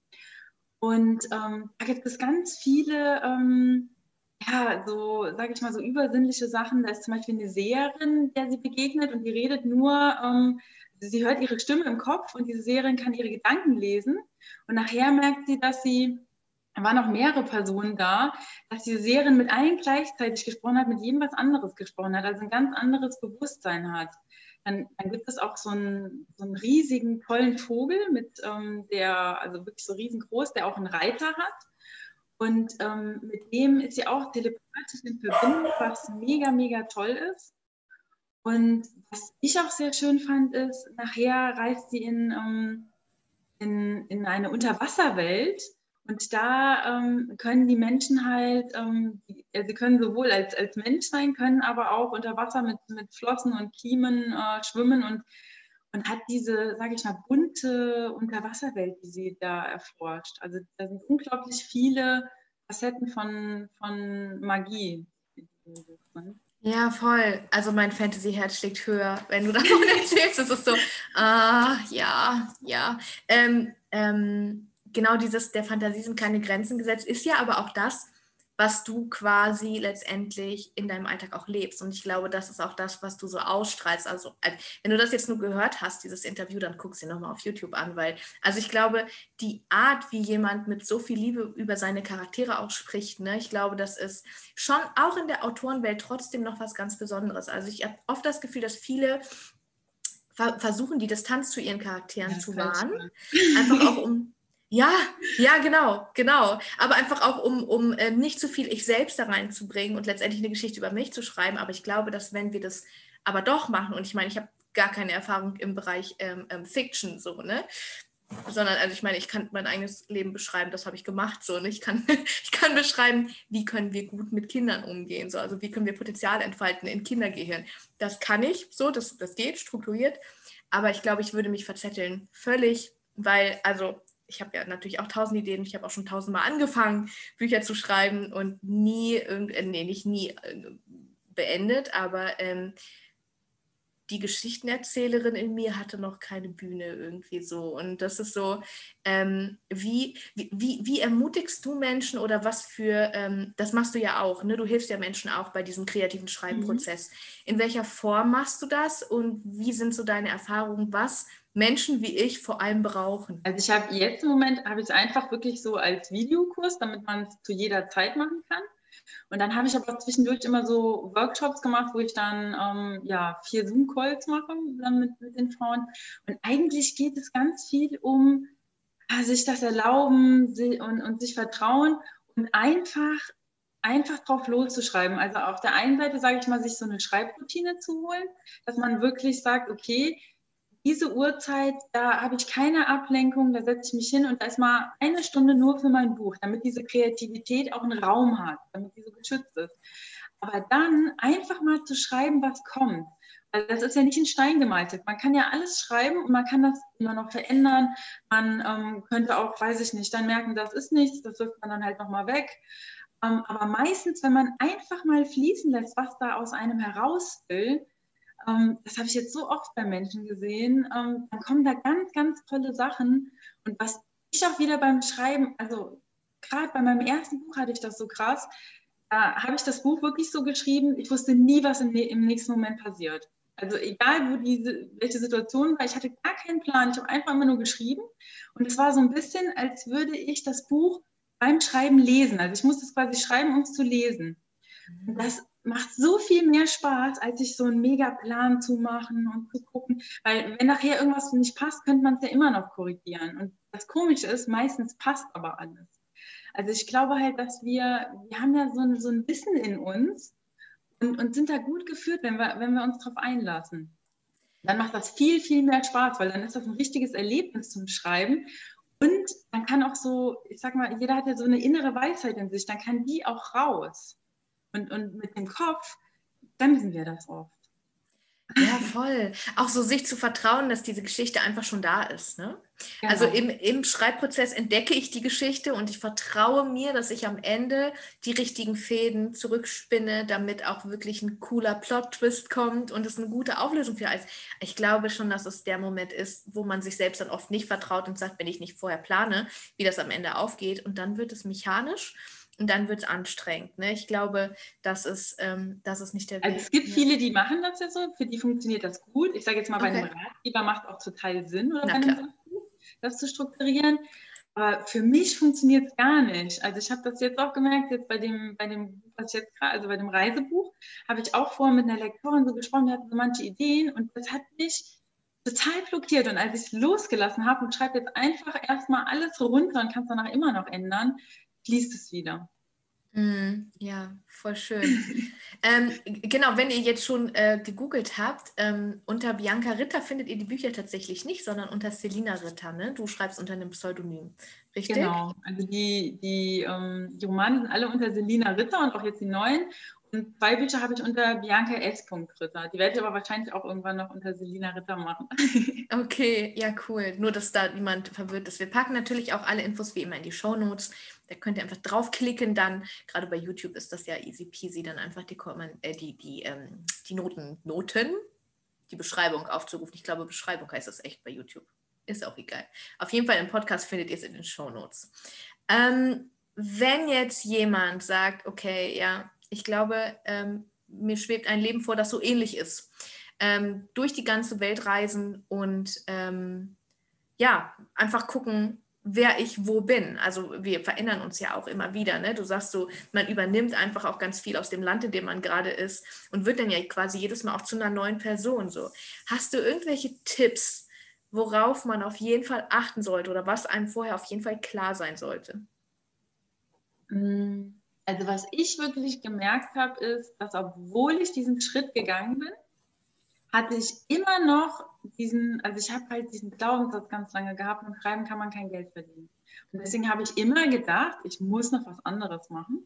Und ähm, da gibt es ganz viele, ähm, ja, so, sage ich mal, so übersinnliche Sachen. Da ist zum Beispiel eine Seherin, der sie begegnet und die redet nur, ähm, sie hört ihre Stimme im Kopf und diese Seherin kann ihre Gedanken lesen. Und nachher merkt sie, dass sie, da waren noch mehrere Personen da, dass die Seherin mit allen gleichzeitig gesprochen hat, mit jedem was anderes gesprochen hat, also ein ganz anderes Bewusstsein hat. Dann, dann gibt es auch so einen, so einen riesigen, tollen Vogel, mit, ähm, der, also wirklich so riesengroß, der auch einen Reiter hat. Und ähm, mit dem ist sie auch telepathisch in Verbindung, was mega, mega toll ist. Und was ich auch sehr schön fand, ist, nachher reist sie in, ähm, in, in eine Unterwasserwelt. Und da ähm, können die Menschen halt, ähm, die, ja, sie können sowohl als, als Mensch sein, können aber auch unter Wasser mit, mit Flossen und Kiemen äh, schwimmen und, und hat diese, sage ich mal, bunte Unterwasserwelt, die sie da erforscht. Also da sind unglaublich viele Facetten von, von Magie in diesem Buch drin. Ja, voll. Also mein Fantasy-Herz schlägt höher, wenn du davon erzählst. Es ist so, ah, ja, ja. Ähm, ähm, genau dieses, der Fantasie sind keine Grenzen gesetzt, ist ja aber auch das, was du quasi letztendlich in deinem Alltag auch lebst. Und ich glaube, das ist auch das, was du so ausstrahlst. Also, äh, wenn du das jetzt nur gehört hast, dieses Interview, dann guckst du dir nochmal auf YouTube an, weil, also ich glaube, die Art, wie jemand mit so viel Liebe über seine Charaktere auch spricht, ne, ich glaube, das ist schon auch in der Autorenwelt trotzdem noch was ganz Besonderes. Also ich habe oft das Gefühl, dass viele ver versuchen, die Distanz zu ihren Charakteren Ja, zu voll wahren. spannend. Einfach auch um, ja, ja, genau, genau. Aber einfach auch, um, um äh, nicht zu viel ich selbst da reinzubringen und letztendlich eine Geschichte über mich zu schreiben. Aber ich glaube, dass wenn wir das aber doch machen, und ich meine, ich habe gar keine Erfahrung im Bereich ähm, ähm, Fiction, so, ne? Sondern, also ich meine, ich kann mein eigenes Leben beschreiben, das habe ich gemacht, so, ne? Ich kann, ich kann beschreiben, wie können wir gut mit Kindern umgehen, so, also wie können wir Potenzial entfalten in Kindergehirn. Das kann ich, so, das, das geht, strukturiert, aber ich glaube, ich würde mich verzetteln, völlig, weil, also ich habe ja natürlich auch tausend Ideen, ich habe auch schon tausendmal angefangen, Bücher zu schreiben und nie, äh, nee, nicht nie äh, beendet, aber ähm, die Geschichtenerzählerin in mir hatte noch keine Bühne irgendwie so. Und das ist so, ähm, wie, wie, wie ermutigst du Menschen oder was für, ähm, das machst du ja auch, ne? Du hilfst ja Menschen auch bei diesem kreativen Mhm. Schreibprozess. In welcher Form machst du das und wie sind so deine Erfahrungen, was Menschen wie ich vor allem brauchen? Also ich habe jetzt im Moment, habe ich es einfach wirklich so als Videokurs, damit man es zu jeder Zeit machen kann. Und dann habe ich aber zwischendurch immer so Workshops gemacht, wo ich dann ähm, ja, vier Zoom-Calls mache dann mit, mit den Frauen. Und eigentlich geht es ganz viel um ah, sich das erlauben si- und, und sich vertrauen und einfach, einfach drauf loszuschreiben. Also auf der einen Seite, sage ich mal, sich so eine Schreibroutine zu holen, dass man wirklich sagt, okay, diese Uhrzeit, da habe ich keine Ablenkung, da setze ich mich hin und da ist mal eine Stunde nur für mein Buch, damit diese Kreativität auch einen Raum hat, damit die so geschützt ist. Aber dann einfach mal zu schreiben, was kommt. Weil das ist ja nicht in Stein gemeißelt. Man kann ja alles schreiben und man kann das immer noch verändern. Man ähm, könnte auch, weiß ich nicht, dann merken, das ist nichts, das wirft man dann halt nochmal weg. Ähm, aber meistens, wenn man einfach mal fließen lässt, was da aus einem heraus will, ähm, das habe ich jetzt so oft bei Menschen gesehen, ähm, dann kommen da ganz, ganz tolle Sachen. Und was ich auch wieder beim Schreiben, also gerade bei meinem ersten Buch hatte ich das so krass, da habe ich das Buch wirklich so geschrieben, ich wusste nie, was im, im nächsten Moment passiert. Also egal, wo diese, welche Situation war, ich hatte gar keinen Plan. Ich habe einfach immer nur geschrieben. Und es war so ein bisschen, als würde ich das Buch beim Schreiben lesen. Also ich musste es quasi schreiben, um es zu lesen. Und das macht so viel mehr Spaß, als sich so einen Mega-Plan zu machen und zu gucken. Weil wenn nachher irgendwas nicht passt, könnte man es ja immer noch korrigieren. Und das Komische ist, meistens passt aber alles. Also ich glaube halt, dass wir, wir haben ja so ein, so ein Wissen in uns und, und sind da gut geführt, wenn wir, wenn wir uns darauf einlassen. Dann macht das viel, viel mehr Spaß, weil dann ist das ein richtiges Erlebnis zum Schreiben. Und dann kann auch so, ich sag mal, jeder hat ja so eine innere Weisheit in sich, dann kann die auch raus. Und, und mit dem Kopf bremsen wir das oft. Ja, voll. Auch so sich zu vertrauen, dass diese Geschichte einfach schon da ist. Ne? Genau. Also im, im Schreibprozess entdecke ich die Geschichte und ich vertraue mir, dass ich am Ende die richtigen Fäden zurückspinne, damit auch wirklich ein cooler Plot-Twist kommt und es eine gute Auflösung für alles. Ich glaube schon, dass es der Moment ist, wo man sich selbst dann oft nicht vertraut und sagt, wenn ich nicht vorher plane, wie das am Ende aufgeht. Und dann wird es mechanisch. Und dann wird es anstrengend. Ne? Ich glaube, das ist, ähm, das ist nicht der Weg. Also es gibt ja. viele, die machen das ja so, für die funktioniert das gut. Ich sage jetzt mal, bei Okay. einem Ratgeber macht auch total Sinn, oder Na, bei einem klar. Sachbuch, das zu strukturieren. Aber für mich funktioniert es gar nicht. Also ich habe das jetzt auch gemerkt, jetzt bei dem, bei dem Buch, was ich jetzt gerade, also bei dem Reisebuch, habe ich auch vorher mit einer Lektorin so gesprochen, die hatte so manche Ideen und das hat mich total blockiert. Und als ich es losgelassen habe und schreibe jetzt einfach erstmal alles runter und kann es danach immer noch ändern, fließt es wieder. Mm, ja, voll schön. ähm, genau, wenn ihr jetzt schon äh, gegoogelt habt, ähm, unter Bianca Ritter findet ihr die Bücher tatsächlich nicht, sondern unter Selina Ritter. Ne? Du schreibst unter einem Pseudonym, richtig? Genau, also die, die, ähm, die Romane sind alle unter Selina Ritter und auch jetzt die neuen. Und zwei Bücher habe ich unter Bianca S. Ritter. Die werde ich aber wahrscheinlich auch irgendwann noch unter Selina Ritter machen. Okay, ja, cool. Nur, dass da niemand verwirrt ist. Wir packen natürlich auch alle Infos wie immer in die Shownotes. Da könnt ihr einfach draufklicken dann. Gerade bei YouTube ist das ja easy peasy, dann einfach die, äh, die, die, ähm, die Noten, Noten, die Beschreibung aufzurufen. Ich glaube, Beschreibung heißt das echt bei YouTube. Ist auch egal. Auf jeden Fall im Podcast findet ihr es in den Shownotes. Ähm, wenn jetzt jemand sagt, okay, ja, ich glaube, ähm, mir schwebt ein Leben vor, das so ähnlich ist. Ähm, durch die ganze Welt reisen und ähm, ja, einfach gucken, wer ich wo bin. Also wir verändern uns ja auch immer wieder. Ne? Du sagst so, man übernimmt einfach auch ganz viel aus dem Land, in dem man gerade ist und wird dann ja quasi jedes Mal auch zu einer neuen Person. So. Hast du irgendwelche Tipps, worauf man auf jeden Fall achten sollte oder was einem vorher auf jeden Fall klar sein sollte? Also was ich wirklich gemerkt habe, ist, dass obwohl ich diesen Schritt gegangen bin, hatte ich immer noch diesen, also ich habe halt diesen Glaubenssatz ganz lange gehabt, mit Schreiben kann man kein Geld verdienen. Und deswegen habe ich immer gedacht, ich muss noch was anderes machen,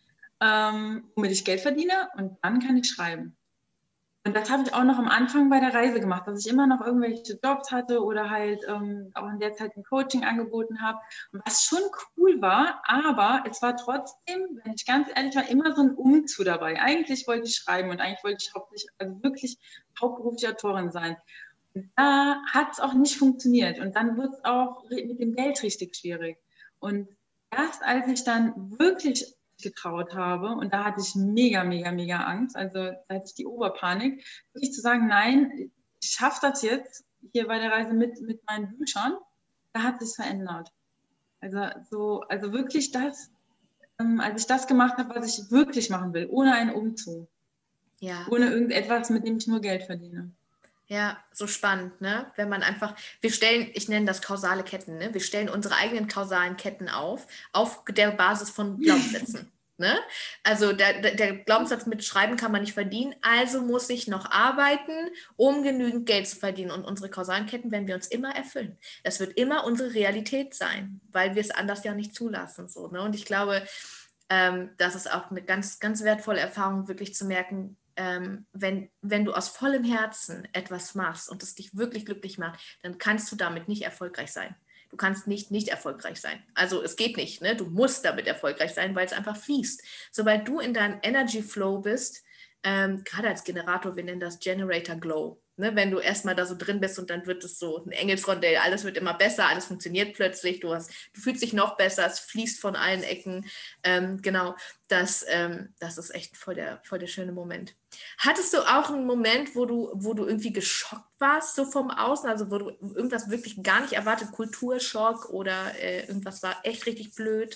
ähm, womit ich Geld verdiene und dann kann ich schreiben. Und das habe ich auch noch am Anfang bei der Reise gemacht, dass ich immer noch irgendwelche Jobs hatte oder halt ähm, auch in der Zeit ein Coaching angeboten habe. Und was schon cool war, aber es war trotzdem, wenn ich ganz ehrlich war, immer so ein Umzug dabei. Eigentlich wollte ich schreiben und eigentlich wollte ich hauptsächlich, also wirklich hauptberufliche Autorin sein. Und da hat es auch nicht funktioniert. Und dann wird es auch mit dem Geld richtig schwierig. Und erst als ich dann wirklich getraut habe und da hatte ich mega, mega, mega Angst, also da hatte ich die Oberpanik, wirklich zu sagen, nein, ich schaffe das jetzt hier bei der Reise mit, mit meinen Büchern, da hat sich verändert. Also so, also wirklich das, ähm, als ich das gemacht habe, was ich wirklich machen will, ohne einen Umzug, Ja. ohne irgendetwas, mit dem ich nur Geld verdiene. Ja, so spannend, ne? Wenn man einfach, wir stellen, ich nenne das kausale Ketten, ne? Wir stellen unsere eigenen kausalen Ketten auf, auf der Basis von Glaubenssätzen. Ne? Also der, der Glaubenssatz mit Schreiben kann man nicht verdienen, also muss ich noch arbeiten, um genügend Geld zu verdienen. Und unsere kausalen Ketten werden wir uns immer erfüllen. Das wird immer unsere Realität sein, weil wir es anders ja nicht zulassen. So, ne? Und ich glaube, ähm, das ist auch eine ganz, ganz wertvolle Erfahrung, wirklich zu merken, Ähm, wenn, wenn du aus vollem Herzen etwas machst und es dich wirklich glücklich macht, dann kannst du damit nicht erfolgreich sein. Du kannst nicht nicht erfolgreich sein. Also es geht nicht, ne? Du musst damit erfolgreich sein, weil es einfach fließt. Sobald du in deinem Energy Flow bist, ähm, gerade als Generator, wir nennen das Generator Glow. Ne? Wenn du erstmal da so drin bist und dann wird es so ein Engelsrondell, alles wird immer besser, alles funktioniert plötzlich, du, hast, du fühlst dich noch besser, es fließt von allen Ecken. Ähm, genau, das, ähm, das ist echt voll der, voll der schöne Moment. Hattest du auch einen Moment, wo du, wo du irgendwie geschockt warst, so vom Außen, also wo du irgendwas wirklich gar nicht erwartet, Kulturschock oder äh, irgendwas war echt richtig blöd?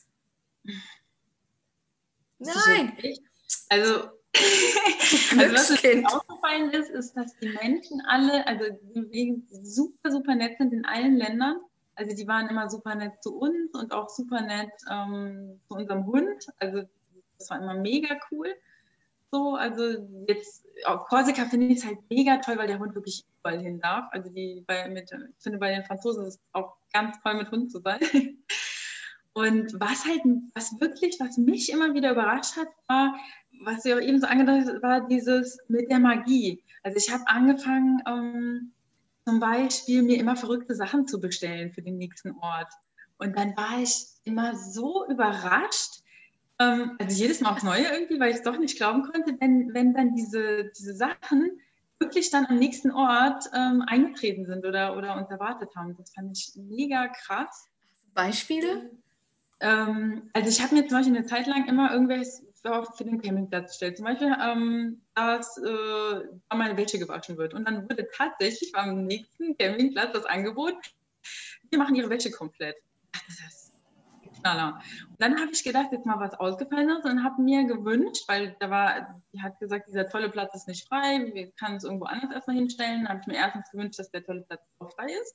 Nein! Also, also was mir aufgefallen ist, ist, dass die Menschen alle, also die super, super nett sind in allen Ländern. Also die waren immer super nett zu uns und auch super nett ähm, zu unserem Hund. Also das war immer mega cool. So, also jetzt auf Korsika finde ich es halt mega toll, weil der Hund wirklich überall hin darf. Also die bei, mit, ich finde, bei den Franzosen ist es auch ganz toll, mit Hund zu sein. Und was halt, was wirklich, was mich immer wieder überrascht hat, war, was ich auch eben so angedeutet habe, war dieses mit der Magie. Also ich habe angefangen, ähm, zum Beispiel mir immer verrückte Sachen zu bestellen für den nächsten Ort. Und dann war ich immer so überrascht, ähm, also jedes Mal aufs Neue irgendwie, weil ich es doch nicht glauben konnte, wenn, wenn dann diese, diese Sachen wirklich dann am nächsten Ort ähm, eingetreten sind oder, oder uns erwartet haben. Das fand ich mega krass. Beispiele? Ähm, also ich habe mir zum Beispiel eine Zeit lang immer irgendwelches für, für den Campingplatz gestellt. Zum Beispiel, ähm, dass äh, da meine Wäsche gewaschen wird. Und dann wurde tatsächlich beim nächsten Campingplatz das Angebot, wir machen ihre Wäsche komplett. Ach, das ist Knaller. Und dann habe ich gedacht, jetzt mal was Ausgefallenes und habe mir gewünscht, weil da war, die hat gesagt, dieser tolle Platz ist nicht frei, wir können es irgendwo anders erstmal hinstellen. Da habe ich mir erstens gewünscht, dass der tolle Platz auch frei ist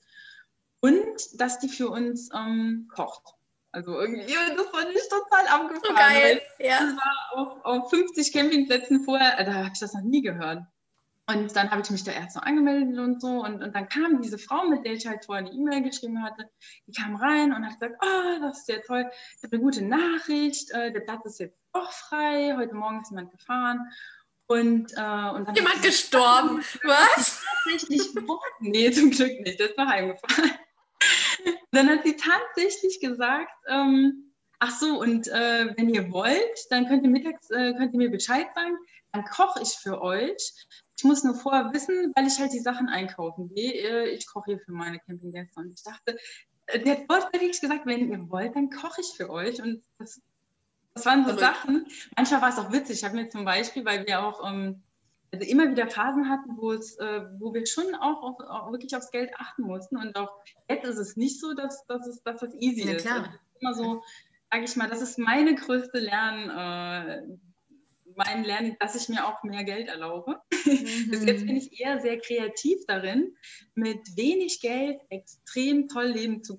und dass die für uns ähm, kocht. Also irgendwie, das fand ich total abgefahren. So geil, ja. Das war auf, auf fünfzig Campingplätzen vorher, da habe ich das noch nie gehört. Und dann habe ich mich da erst so angemeldet und so. Und, und dann kam diese Frau, mit der ich halt vorher eine E-Mail geschrieben hatte, die kam rein und hat gesagt, oh, das ist ja toll, ich habe eine gute Nachricht, äh, der Platz ist jetzt doch frei, heute Morgen ist jemand gefahren. Und, äh, und dann jemand gestorben, was? Tatsächlich, nee, zum Glück nicht, der ist noch heimgefahren. Dann hat sie tatsächlich gesagt, ähm, ach so, und äh, wenn ihr wollt, dann könnt ihr mittags äh, könnt ihr mir Bescheid sagen, dann koche ich für euch. Ich muss nur vorher wissen, weil ich halt die Sachen einkaufen gehe. Äh, ich koche hier für meine Campinggäste. Und ich dachte, äh, der hat wortwörtlich gesagt, wenn ihr wollt, dann koche ich für euch. Und das, das waren so Verrückt. Sachen. Manchmal war es auch witzig. Ich habe mir zum Beispiel, weil wir auch ähm, also immer wieder Phasen hatten, wo es, äh, wo wir schon auch, auf, auch wirklich aufs Geld achten mussten. Und auch jetzt ist es nicht so, dass, dass, es, dass das easy ja, ist. Klar. Also es ist immer so, sage ich mal, das ist meine größte Lern, äh, mein Lernen, dass ich mir auch mehr Geld erlaube. Mhm. Bis jetzt bin ich eher sehr kreativ darin, mit wenig Geld extrem toll leben zu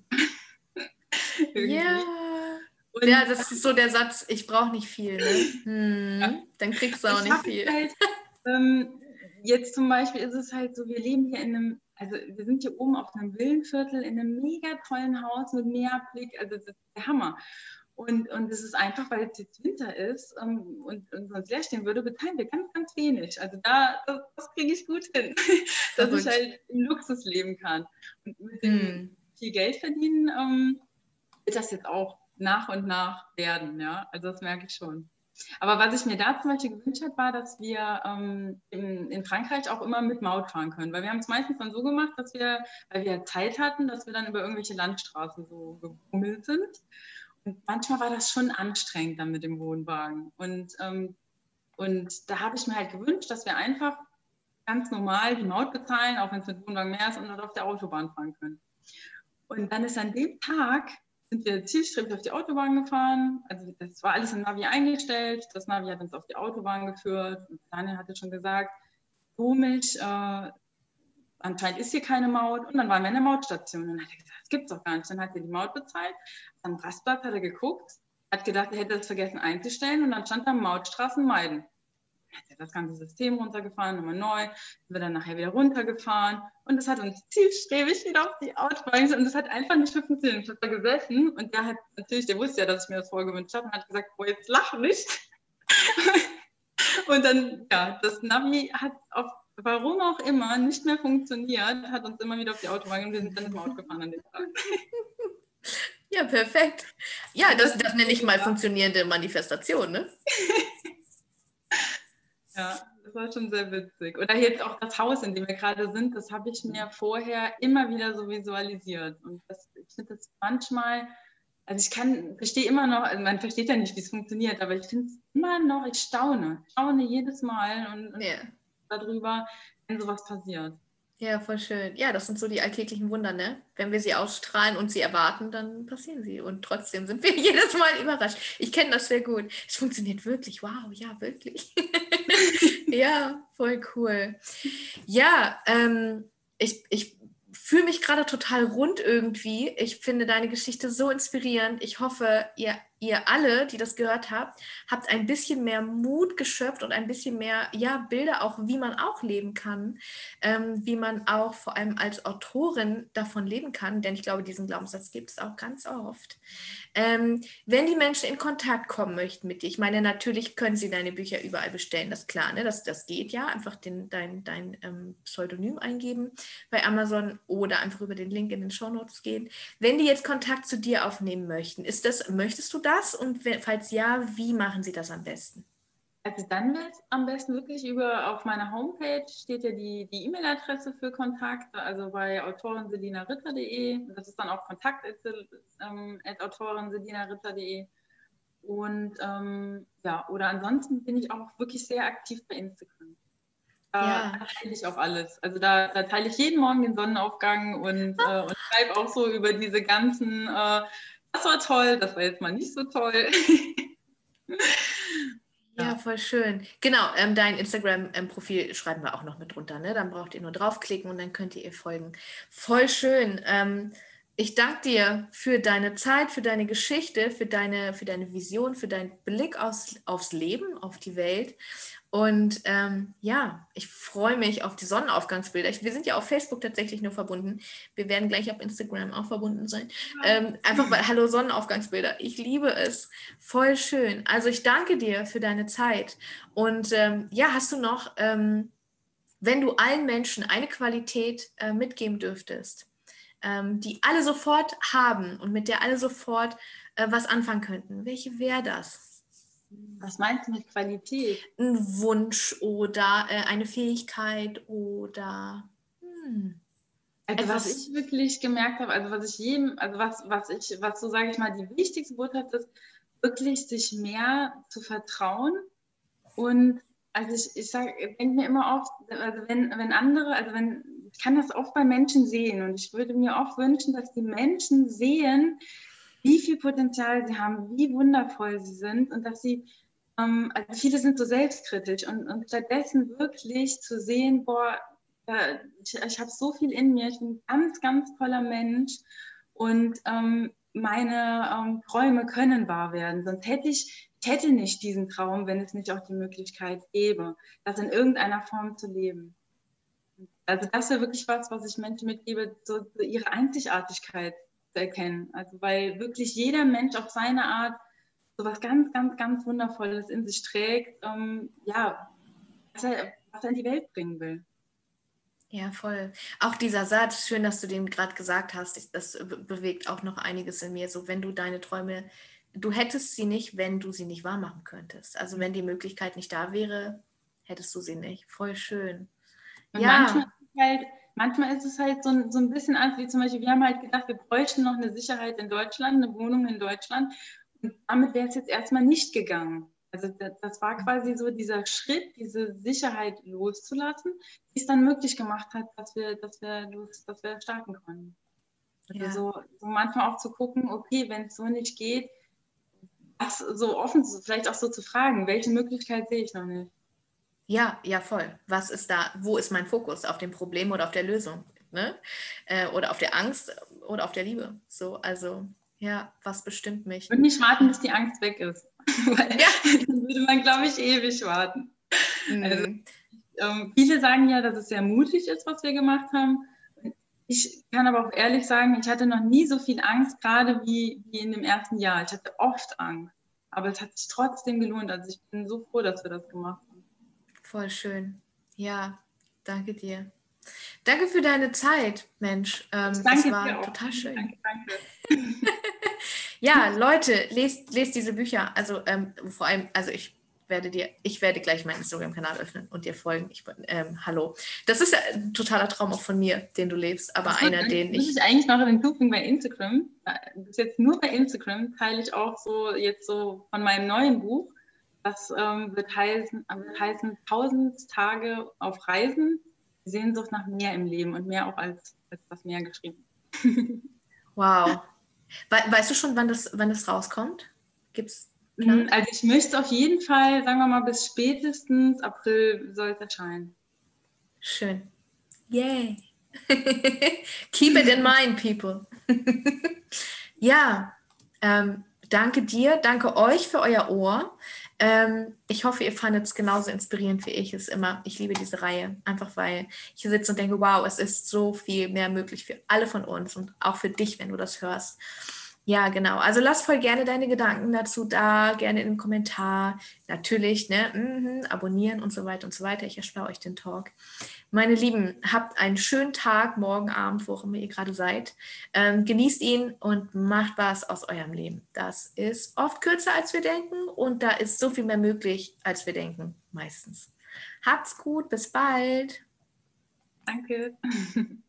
können. Ja. Und ja, das ist so der Satz, ich brauche nicht viel. Ne? Hm, ja. Dann kriegst du auch ich nicht viel. Halt, ähm, jetzt zum Beispiel ist es halt so, wir leben hier in einem, also wir sind hier oben auf einem Villenviertel in einem mega tollen Haus mit Meerblick, also das ist der Hammer. Und, und es ist einfach, weil es jetzt Winter ist ähm, und, und sonst leer stehen würde, bezahlen wir ganz, ganz wenig. Also da, das, das kriege ich gut hin, dass ich halt im Luxus leben kann. Und mit dem hm. viel Geld verdienen ähm, wird das jetzt auch nach und nach werden. Ja? Also das merke ich schon. Aber was ich mir da zum Beispiel gewünscht habe, war, dass wir ähm, in, in Frankreich auch immer mit Maut fahren können. Weil wir haben es meistens dann so gemacht, dass wir, weil wir Zeit hatten, dass wir dann über irgendwelche Landstraßen so gebummelt sind. Und manchmal war das schon anstrengend dann mit dem Wohnwagen. Und, ähm, und da habe ich mir halt gewünscht, dass wir einfach ganz normal die Maut bezahlen, auch wenn es mit Wohnwagen mehr ist, und dann auf der Autobahn fahren können. Und dann ist an dem Tag, sind wir zielstrebig auf die Autobahn gefahren. Also das war alles im Navi eingestellt. Das Navi hat uns auf die Autobahn geführt. Und Daniel hatte schon gesagt, komisch, äh, anscheinend ist hier keine Maut. Und dann waren wir in der Mautstation. Und dann hat er gesagt, das gibt's doch gar nicht. Dann hat er die Maut bezahlt. Am Rastplatz hat er geguckt, hat gedacht, er hätte das vergessen einzustellen. Und dann stand da Mautstraßen meiden. Dann hat er das ganze System runtergefahren, nochmal neu. Sind wir dann nachher wieder runtergefahren. Und das hat uns zielstrebig wieder auf die Autobahn. Und das hat einfach nicht mehr funktioniert. Ich habe da gesessen und der hat natürlich, der wusste ja, dass ich mir das vorgewünscht habe und hat gesagt, boah, jetzt lach nicht. Und dann, ja, das Navi hat auf warum auch immer nicht mehr funktioniert, hat uns immer wieder auf die Autobahn und wir sind dann ins Maut gefahren an dem Tag. Ja, perfekt. Ja, das, das nenne ich mal funktionierende Manifestation, ne? Ja, das war schon sehr witzig. Oder jetzt auch das Haus, in dem wir gerade sind, das habe ich mir vorher immer wieder so visualisiert. Und das, ich finde das manchmal, also ich kann, verstehe immer noch, also man versteht ja nicht, wie es funktioniert, aber ich finde es immer noch, ich staune, staune jedes Mal und, und yeah. darüber, wenn sowas passiert. Ja, voll schön. Ja, das sind so die alltäglichen Wunder, ne? Wenn wir sie ausstrahlen und sie erwarten, dann passieren sie. Und trotzdem sind wir jedes Mal überrascht. Ich kenne das sehr gut. Es funktioniert wirklich. Wow, ja, wirklich. Ja, voll cool. Ja, ähm, ich, ich fühle mich gerade total rund irgendwie. Ich finde deine Geschichte so inspirierend. Ich hoffe, ihr ihr alle, die das gehört habt, habt ein bisschen mehr Mut geschöpft und ein bisschen mehr, ja, Bilder auch, wie man auch leben kann, ähm, wie man auch vor allem als Autorin davon leben kann, denn ich glaube, diesen Glaubenssatz gibt es auch ganz oft. Ähm, wenn die Menschen in Kontakt kommen möchten mit dir, ich meine, natürlich können sie deine Bücher überall bestellen, das ist klar, ne? das, das geht ja, einfach den, dein, dein ähm, Pseudonym eingeben bei Amazon oder einfach über den Link in den Shownotes gehen. Wenn die jetzt Kontakt zu dir aufnehmen möchten, ist das, möchtest du das? Und falls ja, wie machen sie das am besten? Also dann wäre es am besten wirklich über, auf meiner Homepage steht ja die die E-Mail-Adresse für Kontakt, also bei autorin selina ritter punkt de. Das ist dann auch kontakt at autorin selina ritter punkt de. Und ähm, ja, oder ansonsten bin ich auch wirklich sehr aktiv bei Instagram. Da, Ja. da teile ich auch alles. Also da, da teile ich jeden Morgen den Sonnenaufgang und, äh, und schreibe auch so über diese ganzen, äh, das war toll, das war jetzt mal nicht so toll. Ja, Ja. voll schön. Genau, ähm, dein Instagram-Profil schreiben wir auch noch mit drunter, ne? Dann braucht ihr nur draufklicken und dann könnt ihr ihr folgen. Voll schön. Ähm, ich danke dir für deine Zeit, für deine Geschichte, für deine, für deine Vision, für deinen Blick aufs, aufs Leben, auf die Welt. Und ähm, ja, ich freue mich auf die Sonnenaufgangsbilder. Ich, wir sind ja auf Facebook tatsächlich nur verbunden. Wir werden gleich auf Instagram auch verbunden sein. Ähm, einfach weil, hallo Sonnenaufgangsbilder. Ich liebe es. Voll schön. Also ich danke dir für deine Zeit. Und ähm, ja, hast du noch, ähm, wenn du allen Menschen eine Qualität äh, mitgeben dürftest, ähm, die alle sofort haben und mit der alle sofort äh, was anfangen könnten, welche wäre das? Was meinst du mit Qualität? Ein Wunsch oder äh, eine Fähigkeit oder hm, Also etwas. was ich wirklich gemerkt habe, also was ich jedem, also was, was ich, was so sage ich mal, die wichtigste Botschaft ist, wirklich sich mehr zu vertrauen. Und also ich, ich sage, denke mir immer oft, also wenn, wenn andere, also wenn, ich kann das oft bei Menschen sehen und ich würde mir oft wünschen, dass die Menschen sehen, wie viel Potenzial sie haben, wie wundervoll sie sind und dass sie, ähm, also viele sind so selbstkritisch und, und stattdessen wirklich zu sehen, boah, äh, ich, ich habe so viel in mir, ich bin ein ganz, ganz toller Mensch und ähm, meine ähm, Träume können wahr werden. Sonst hätte ich, ich hätte nicht diesen Traum, wenn es nicht auch die Möglichkeit gäbe, das in irgendeiner Form zu leben. Also das wäre wirklich was, was ich Menschen mitgebe, so, so ihre Einzigartigkeit zu erkennen. Also weil wirklich jeder Mensch auf seine Art so was ganz, ganz, ganz Wundervolles in sich trägt, ähm, ja, was er, was er in die Welt bringen will. Ja, voll. Auch dieser Satz, schön, dass du den gerade gesagt hast, das bewegt auch noch einiges in mir. So, wenn du deine Träume, du hättest sie nicht, wenn du sie nicht wahr machen könntest. Also wenn die Möglichkeit nicht da wäre, hättest du sie nicht. Voll schön. Und Ja. manchmal ist es halt, manchmal ist es halt so, so ein bisschen Angst, wie zum Beispiel, wir haben halt gedacht, wir bräuchten noch eine Sicherheit in Deutschland, eine Wohnung in Deutschland. Und damit wäre es jetzt erstmal nicht gegangen. Also das, das war quasi so dieser Schritt, diese Sicherheit loszulassen, die es dann möglich gemacht hat, dass wir, dass wir, los, dass wir starten konnten. Also Ja. so, so manchmal auch zu gucken, okay, wenn es so nicht geht, was so offen, vielleicht auch so zu fragen, welche Möglichkeit sehe ich noch nicht? Ja, ja, voll. Was ist da, wo ist mein Fokus? Auf dem Problem oder auf der Lösung? Ne? Äh, oder auf der Angst oder auf der Liebe? So, also, ja, was bestimmt mich? Und nicht warten, bis die Angst weg ist. Weil ja. Dann würde man, glaube ich, ewig warten. Mhm. Also, ähm, viele sagen ja, dass es sehr mutig ist, was wir gemacht haben. Ich kann aber auch ehrlich sagen, ich hatte noch nie so viel Angst, gerade wie, wie in dem ersten Jahr. Ich hatte oft Angst. Aber es hat sich trotzdem gelohnt. Also ich bin so froh, dass wir das gemacht haben. Voll schön. Ja, danke dir. Danke für deine Zeit, Mensch. Ähm, danke es war dir auch. total schön. Danke, danke. Ja, Leute, lest, lest diese Bücher. Also ähm, vor allem, also ich werde dir, ich werde gleich meinen Instagram-Kanal öffnen und dir folgen. Ich, ähm, hallo. Das ist ja ein totaler Traum auch von mir, den du lebst, aber so, einer, den muss ich... ich eigentlich noch hinzufügen bei Instagram. Bis jetzt nur bei Instagram teile ich auch so jetzt so von meinem neuen Buch. Das ähm, wird, heißen, wird heißen tausend Tage auf Reisen, Sehnsucht nach mehr im Leben und mehr auch als, als das Meer geschrieben. Wow. We weißt du schon, wann das, wann das rauskommt? Gibt's Plan? Also ich möchte auf jeden Fall, sagen wir mal, bis spätestens April soll es erscheinen. Schön. Yay. Keep it in mind, people. Ja, ähm, Danke dir, danke euch für euer Ohr. Ähm, ich hoffe, ihr fandet es genauso inspirierend wie ich es immer. Ich liebe diese Reihe, einfach weil ich hier sitze und denke, wow, es ist so viel mehr möglich für alle von uns und auch für dich, wenn du das hörst. Ja, genau. Also lass voll gerne deine Gedanken dazu da, gerne in den Kommentar. Natürlich, ne, mhm, abonnieren und so weiter und so weiter. Ich erspare euch den Talk. Meine Lieben, habt einen schönen Tag, morgen Abend, wo auch immer ihr gerade seid. Ähm, genießt ihn und macht was aus eurem Leben. Das ist oft kürzer, als wir denken und da ist so viel mehr möglich, als wir denken, meistens. Habt's gut, bis bald. Danke.